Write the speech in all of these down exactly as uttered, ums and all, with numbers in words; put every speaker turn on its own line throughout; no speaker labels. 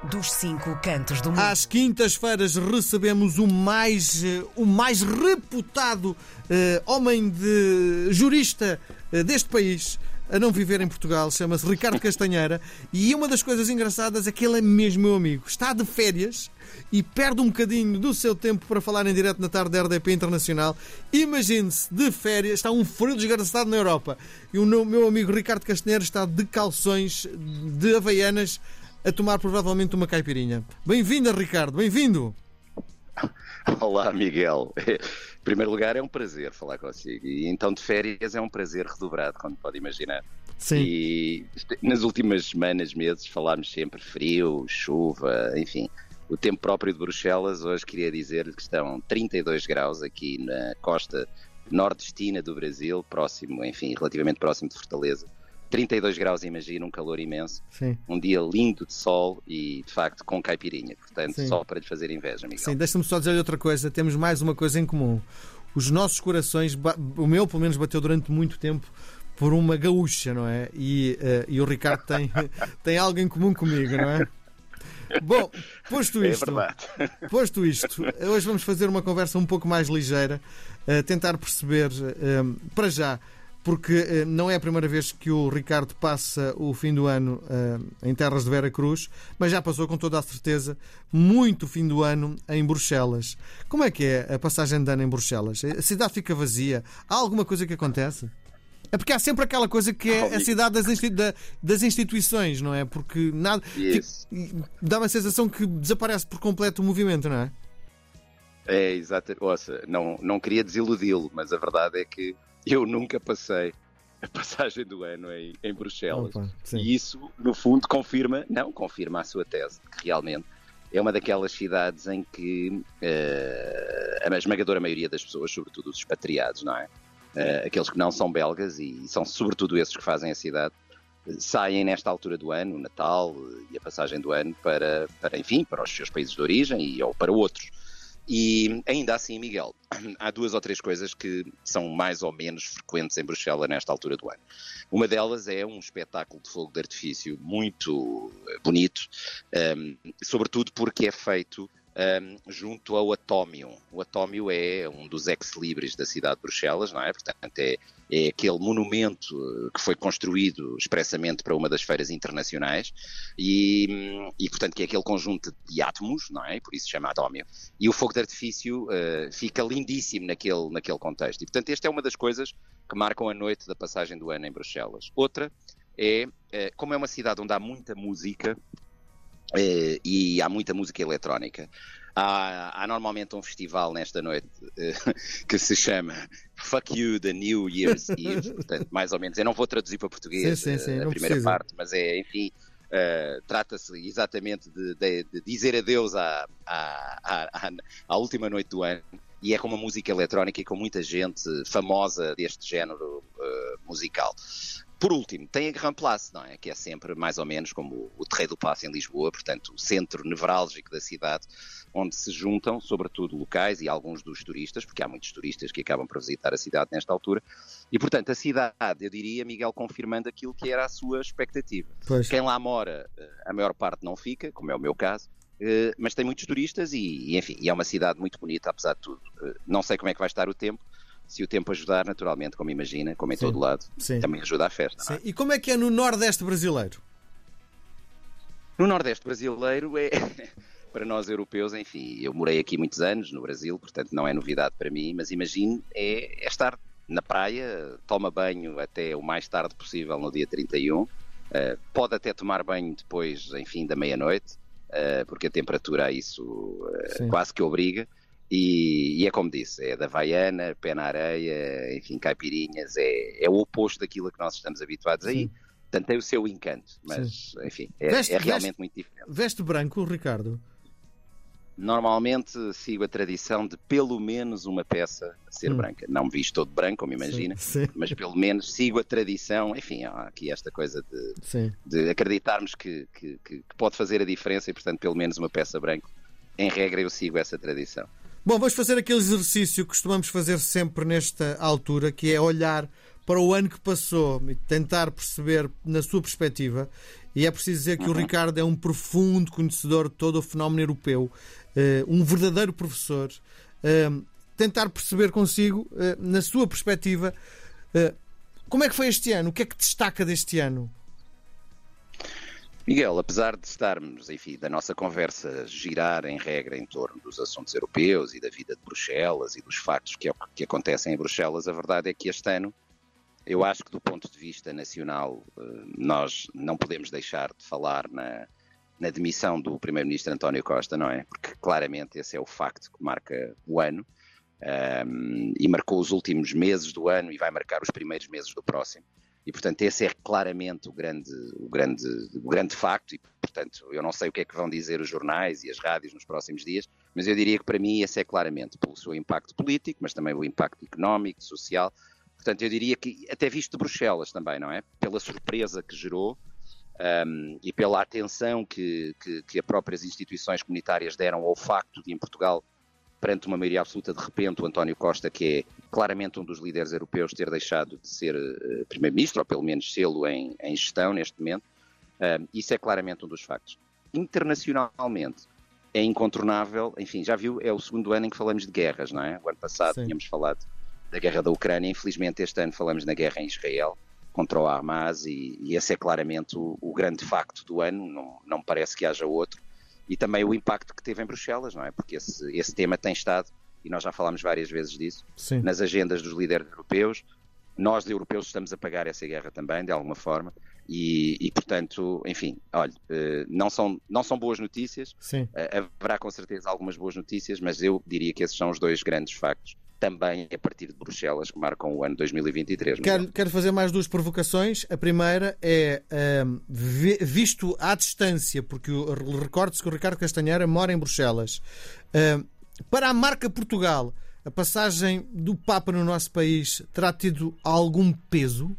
dos cinco cantos do mundo.
Às quintas-feiras recebemos o mais, o mais reputado uh, homem de jurista uh, deste país a não viver em Portugal, chama-se Ricardo Castanheira, e uma das coisas engraçadas é que ele é mesmo meu amigo. Está de férias e perde um bocadinho do seu tempo para falar em direto na tarde da R D P Internacional. Imagine-se, de férias, está um frio desgraçado na Europa, e o meu amigo Ricardo Castanheira está de calções de havaianas a tomar provavelmente uma caipirinha. Bem-vindo, Ricardo, bem-vindo!
Olá, Miguel. Em primeiro lugar, é um prazer falar consigo. E então, de férias, é um prazer redobrado, como pode imaginar.
Sim.
E nas últimas semanas, meses, falámos sempre frio, chuva, enfim. O tempo próprio de Bruxelas, hoje queria dizer-lhe que estão trinta e dois graus aqui na costa nordestina do Brasil, próximo, enfim, relativamente próximo de Fortaleza. trinta e dois graus, imagina, um calor imenso.
Sim. Um
dia lindo de sol e, de facto, com caipirinha. Portanto,
Sim.
só para lhe fazer inveja, Miguel.
Sim, deixa-me só dizer outra coisa. Temos mais uma coisa em comum. Os nossos corações, o meu pelo menos bateu durante muito tempo por uma gaúcha, não é? E, uh, e o Ricardo tem, tem algo em comum comigo, não é? Bom, posto isto,
é verdade.
posto isto, hoje vamos fazer uma conversa um pouco mais ligeira, uh, tentar perceber, uh, para já, porque uh, não é a primeira vez que o Ricardo passa o fim do ano uh, em terras de Vera Cruz, mas já passou com toda a certeza muito fim do ano em Bruxelas. Como é que é a passagem de ano em Bruxelas? A cidade fica vazia? Há alguma coisa que acontece? É porque há sempre aquela coisa que é a cidade das, institu- das instituições, não é? Porque nada,
Yes.
dá uma sensação que desaparece por completo o movimento, não é?
É, exato. Ouça, não, não queria desiludi-lo, mas a verdade é que eu nunca passei a passagem do ano em, em Bruxelas.
Opa, sim.
E isso, no fundo, confirma, não, confirma a sua tese, que realmente é uma daquelas cidades em que uh, a esmagadora maioria das pessoas, sobretudo os expatriados, não é? Uh, aqueles que não são belgas, e são sobretudo esses que fazem a cidade, uh, saem nesta altura do ano, o Natal uh, e a passagem do ano, para, para, enfim, para os seus países de origem e, ou para outros. E ainda assim, Miguel, há duas ou três coisas que são mais ou menos frequentes em Bruxelas nesta altura do ano. Uma delas é um espetáculo de fogo de artifício muito bonito, um, sobretudo porque é feito um, junto ao Atómio. O Atómio é um dos ex-libris da cidade de Bruxelas, não é? Portanto, é, é aquele monumento que foi construído expressamente para uma das feiras internacionais e, e portanto, que é aquele conjunto de átomos, não é? Por isso se chama Atómio. E o fogo de artifício uh, fica lindíssimo naquele, naquele contexto. E, portanto, esta é uma das coisas que marcam a noite da passagem do ano em Bruxelas. Outra é, uh, como é uma cidade onde há muita música, Uh, e há muita música eletrónica. Há, há normalmente um festival nesta noite uh, que se chama Fuck You, the New Year's Eve, portanto, mais ou menos. Eu não vou traduzir para português
sim, sim, sim,
uh, a
não
primeira
precisa.
parte, mas é, enfim, uh, trata-se exatamente de, de, de dizer adeus à, à, à, à última noite do ano. E é com uma música eletrónica e com muita gente famosa deste género uh, musical. Por último, tem a Grand Place, não é? Que é sempre mais ou menos como o Terreiro do Paço em Lisboa, portanto, o centro nevrálgico da cidade, onde se juntam, sobretudo, locais e alguns dos turistas, porque há muitos turistas que acabam por visitar a cidade nesta altura. E, portanto, a cidade, eu diria, Miguel, confirmando aquilo que era a sua expectativa.
Pois.
Quem lá mora, a maior parte não fica, como é o meu caso, mas tem muitos turistas e, enfim, e é uma cidade muito bonita, apesar de tudo. Não sei como é que vai estar o tempo. Se o tempo ajudar, naturalmente, como imagina, como em
Sim.
todo lado,
Sim.
também ajuda a festa.
Sim.
Não é?
E como é que é no Nordeste brasileiro?
No Nordeste brasileiro é, para nós europeus, enfim, eu morei aqui muitos anos no Brasil, portanto não é novidade para mim, mas imagine, é, é estar na praia, toma banho até o mais tarde possível no dia trinta e um, uh, pode até tomar banho depois, enfim, da meia-noite, uh, porque a temperatura a isso uh, quase que obriga. E, e é como disse, é da Havaiana, pé na areia, enfim, caipirinhas, é, é o oposto daquilo a que nós estamos habituados aí.
Sim.
Portanto, tem o seu encanto, mas,
Sim.
enfim, é,
Veste-
é realmente
veste-
muito diferente.
Veste branco, Ricardo?
Normalmente sigo a tradição de pelo menos uma peça ser
Hum.
branca. Não me visto todo branco, como imagina,
Sim, sim.
mas pelo menos sigo a tradição. Enfim, há aqui esta coisa de,
Sim.
de acreditarmos que, que, que que pode fazer a diferença e, portanto, pelo menos uma peça branca. Em regra, eu sigo essa tradição.
Bom, vamos fazer aquele exercício que costumamos fazer sempre nesta altura, que é olhar para o ano que passou e tentar perceber na sua perspectiva. e é preciso dizer que
uhum.
o Ricardo é um profundo conhecedor de todo o fenómeno europeu, um verdadeiro professor. Tentar perceber consigo, na sua perspectiva, como é que foi este ano? O que é que destaca deste ano?
Miguel, apesar de estarmos, enfim, da nossa conversa girar em regra em torno dos assuntos europeus e da vida de Bruxelas e dos factos que, que acontecem em Bruxelas, a verdade é que este ano, eu acho que do ponto de vista nacional, nós não podemos deixar de falar na, na demissão do primeiro-ministro António Costa, não é? Porque claramente esse é o facto que marca o ano um, e marcou os últimos meses do ano e vai marcar os primeiros meses do próximo. E, portanto, esse é claramente o grande, o, grande, o grande facto e, portanto, eu não sei o que é que vão dizer os jornais e as rádios nos próximos dias, mas eu diria que para mim esse é claramente pelo seu impacto político, mas também o impacto económico, social. Portanto, eu diria que, até visto de Bruxelas também, não é? Pela surpresa que gerou um, e pela atenção que, que, que as próprias instituições comunitárias deram ao facto de, em Portugal, perante uma maioria absoluta, de repente, o António Costa, que é claramente um dos líderes europeus, ter deixado de ser uh, primeiro-ministro, ou pelo menos sê-lo em, em gestão neste momento, uh, isso é claramente um dos factos. Internacionalmente, é incontornável, enfim, já viu, é o segundo ano em que falamos de guerras, não é? O ano passado Sim. tínhamos falado da guerra da Ucrânia, infelizmente este ano falamos na guerra em Israel, contra o Hamas, e, e esse é claramente o, o grande facto do ano, não, não me parece que haja outro. E também o impacto que teve em Bruxelas, não é? Porque esse, esse tema tem estado, e nós já falámos várias vezes disso, Sim. nas agendas dos líderes europeus. Nós, europeus, estamos a pagar essa guerra também, de alguma forma, e, e portanto, enfim, olha, não são, não são boas notícias, Sim. haverá com certeza algumas boas notícias, mas eu diria que esses são os dois grandes factos, também a partir de Bruxelas, que marcam o ano dois mil e vinte e três.
Quero, quero fazer mais duas provocações. A primeira é, um, visto à distância, porque recorde-se que o Ricardo Castanheira mora em Bruxelas, um, para a marca Portugal, a passagem do Papa no nosso país terá tido algum peso?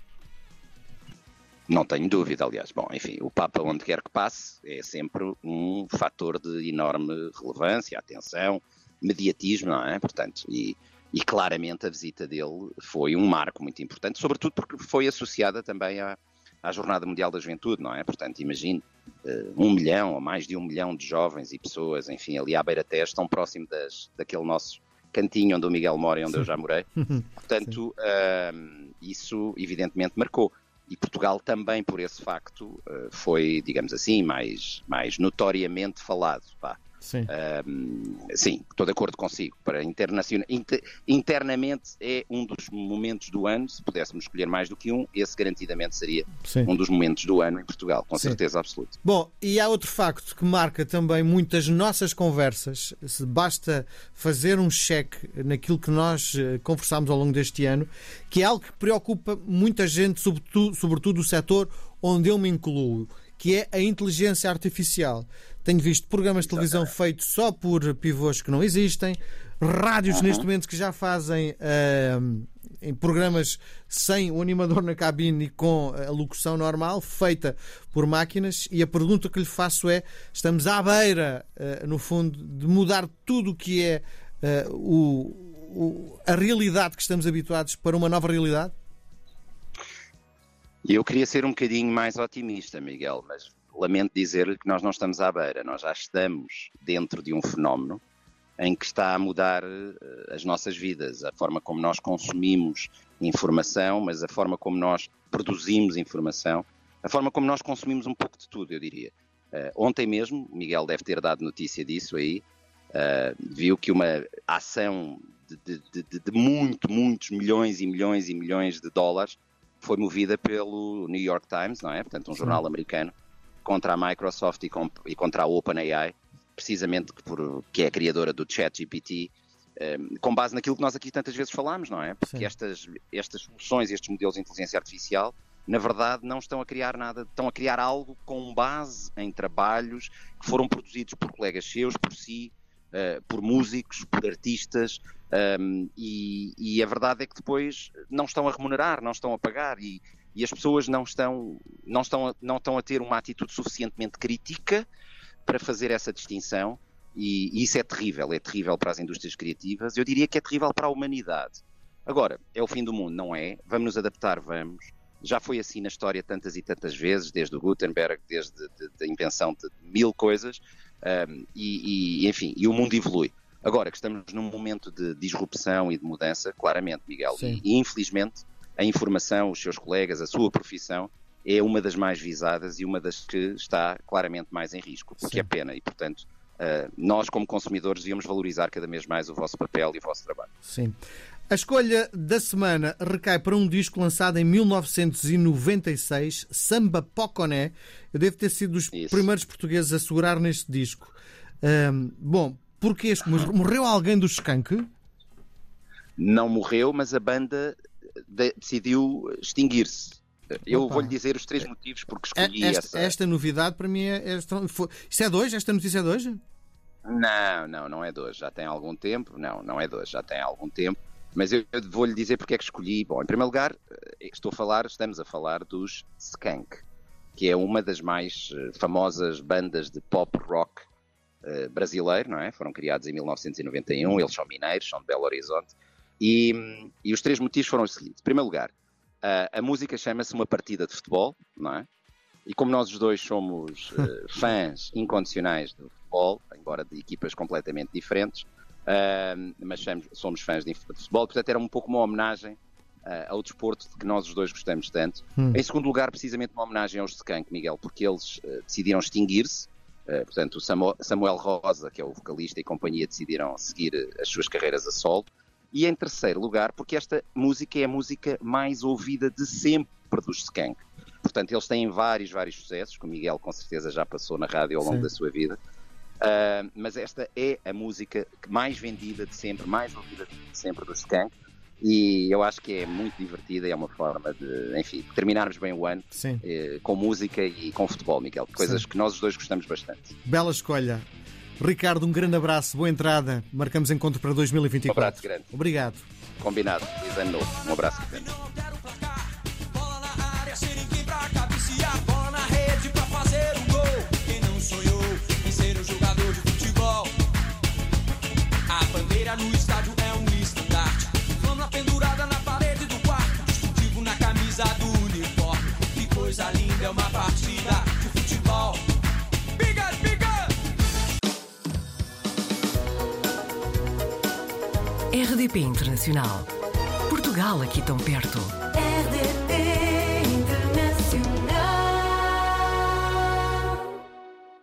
Não tenho dúvida, aliás. Bom, enfim, o Papa, onde quer que passe, é sempre um fator de enorme relevância, atenção, mediatismo, não é? Portanto, e, e claramente a visita dele foi um marco muito importante, sobretudo porque foi associada também à, à Jornada Mundial da Juventude, não é? Portanto, imagine, uh, um milhão ou mais de um milhão de jovens e pessoas, enfim, ali à beira-teste, tão próximo das, daquele nosso cantinho onde o Miguel mora e onde Sim. eu já morei. Portanto, uh, isso evidentemente marcou. E Portugal também, por esse facto, uh, foi, digamos assim, mais, mais notoriamente falado, pá.
Sim.
Um, sim, estou de acordo consigo. Para internacional, inter, internamente é um dos momentos do ano, se pudéssemos escolher mais do que um, esse garantidamente seria sim. um dos momentos do ano em Portugal, com sim. certeza absoluta.
Bom, e há outro facto que marca também muitas nossas conversas, se basta fazer um cheque naquilo que nós conversámos ao longo deste ano, que é algo que preocupa muita gente, sobretudo, sobretudo o setor onde eu me incluo, que é a inteligência artificial. Tenho visto programas de televisão feitos só por pivôs que não existem, rádios uhum. neste momento que já fazem uh, em programas sem o animador na cabine e com a locução normal, feita por máquinas, e a pergunta que lhe faço é, estamos à beira, uh, no fundo, de mudar tudo o que é uh, o, o, a realidade que estamos habituados para uma nova realidade?
Eu queria ser um bocadinho mais otimista, Miguel, mas lamento dizer-lhe que nós não estamos à beira, nós já estamos dentro de um fenómeno em que está a mudar as nossas vidas, a forma como nós consumimos informação, mas a forma como nós produzimos informação, a forma como nós consumimos um pouco de tudo, eu diria. Uh, ontem mesmo, o Miguel deve ter dado notícia disso aí, uh, viu que uma ação de, de, de, de muito, muitos milhões e milhões e milhões de dólares foi movida pelo New York Times, não é? Portanto, um jornal Sim. americano, contra a Microsoft e, com, e contra a OpenAI, precisamente por, que é a criadora do ChatGPT, um, com base naquilo que nós aqui tantas vezes falámos, não é? Porque estas, estas soluções, estes modelos de inteligência artificial, na verdade não estão a criar nada, estão a criar algo com base em trabalhos que foram produzidos por colegas seus, por si, uh, por músicos, por artistas, um, e, e a verdade é que depois não estão a remunerar, não estão a pagar, e E as pessoas não estão, não, estão a, não estão a ter uma atitude suficientemente crítica para fazer essa distinção, e, e isso é terrível, é terrível para as indústrias criativas, eu diria que é terrível para a humanidade. Agora, é o fim do mundo, não é? Vamos nos adaptar, vamos, Já foi assim na história tantas e tantas vezes, desde o Gutenberg, desde a invenção de mil coisas, um, e, e, enfim, e o mundo evolui. Agora que estamos num momento de disrupção e de mudança, claramente, Miguel, e, e infelizmente a informação, os seus colegas, a sua profissão, é uma das mais visadas e uma das que está claramente mais em risco, porque Sim. é pena e, portanto, uh, nós como consumidores devíamos valorizar cada vez mais o vosso papel e o vosso trabalho.
Sim. A escolha da semana recai para um disco lançado em mil novecentos e noventa e seis, Samba Poconé. Eu devo ter sido dos Isso. primeiros portugueses a segurar neste disco. Um, bom, porquê este? Morreu alguém do Skank?
Não morreu, mas a banda de- decidiu extinguir-se. Eu Opa. vou-lhe dizer os três motivos porque escolhi
esta,
essa...
Esta novidade para mim é... é foi... Isto é de hoje? Esta notícia é de hoje?
Não, não, não é de hoje. Já tem algum tempo. Não, não é de hoje. Já tem algum tempo. Mas eu, eu vou-lhe dizer porque é que escolhi. Bom, em primeiro lugar, estou a falar, estamos a falar dos Skank, que é uma das mais famosas bandas de pop rock uh, brasileiro, não é? Foram criados em mil novecentos e noventa e um. Eles são mineiros, são de Belo Horizonte. E, e os três motivos foram os seguintes. Em primeiro lugar, Uh, a música chama-se Uma Partida de Futebol, não é? E como nós os dois somos uh, fãs incondicionais do futebol, embora de equipas completamente diferentes, uh, mas somos, somos fãs de futebol, portanto era um pouco uma homenagem uh, ao desporto de que nós os dois gostamos tanto. Hum. Em segundo lugar, precisamente uma homenagem aos Skank, Miguel, porque eles uh, decidiram extinguir-se. Uh, portanto, o Samuel, Samuel Rosa, que é o vocalista e companhia, decidiram seguir as suas carreiras a solo. E em terceiro lugar, porque esta música é a música mais ouvida de sempre dos Skank. Portanto, eles têm vários, vários sucessos, que o Miguel com certeza já passou na rádio ao longo Sim. da sua vida. Uh, mas esta é a música mais vendida de sempre, mais ouvida de sempre dos Skank. E eu acho que é muito divertida e é uma forma de, enfim, terminarmos bem o ano eh, com música e com futebol, Miguel. Coisas Sim. que nós os dois gostamos bastante.
Bela escolha. Ricardo, um grande abraço, boa entrada. Marcamos encontro para dois mil e vinte e quatro.
Um abraço grande.
Obrigado.
Combinado. Feliz ano novo. Um abraço grande.
Bola na área, sem ninguém pra cabecear. Bola na rede pra fazer um gol. Quem não sonhou em ser um jogador de futebol? A bandeira no estádio é um estandarte. Flama pendurada na parede do quarto. Distintivo na camisa do uniforme. Que coisa linda, é uma partida de futebol. Bigas, bigas!
R D P Internacional. Portugal aqui tão perto.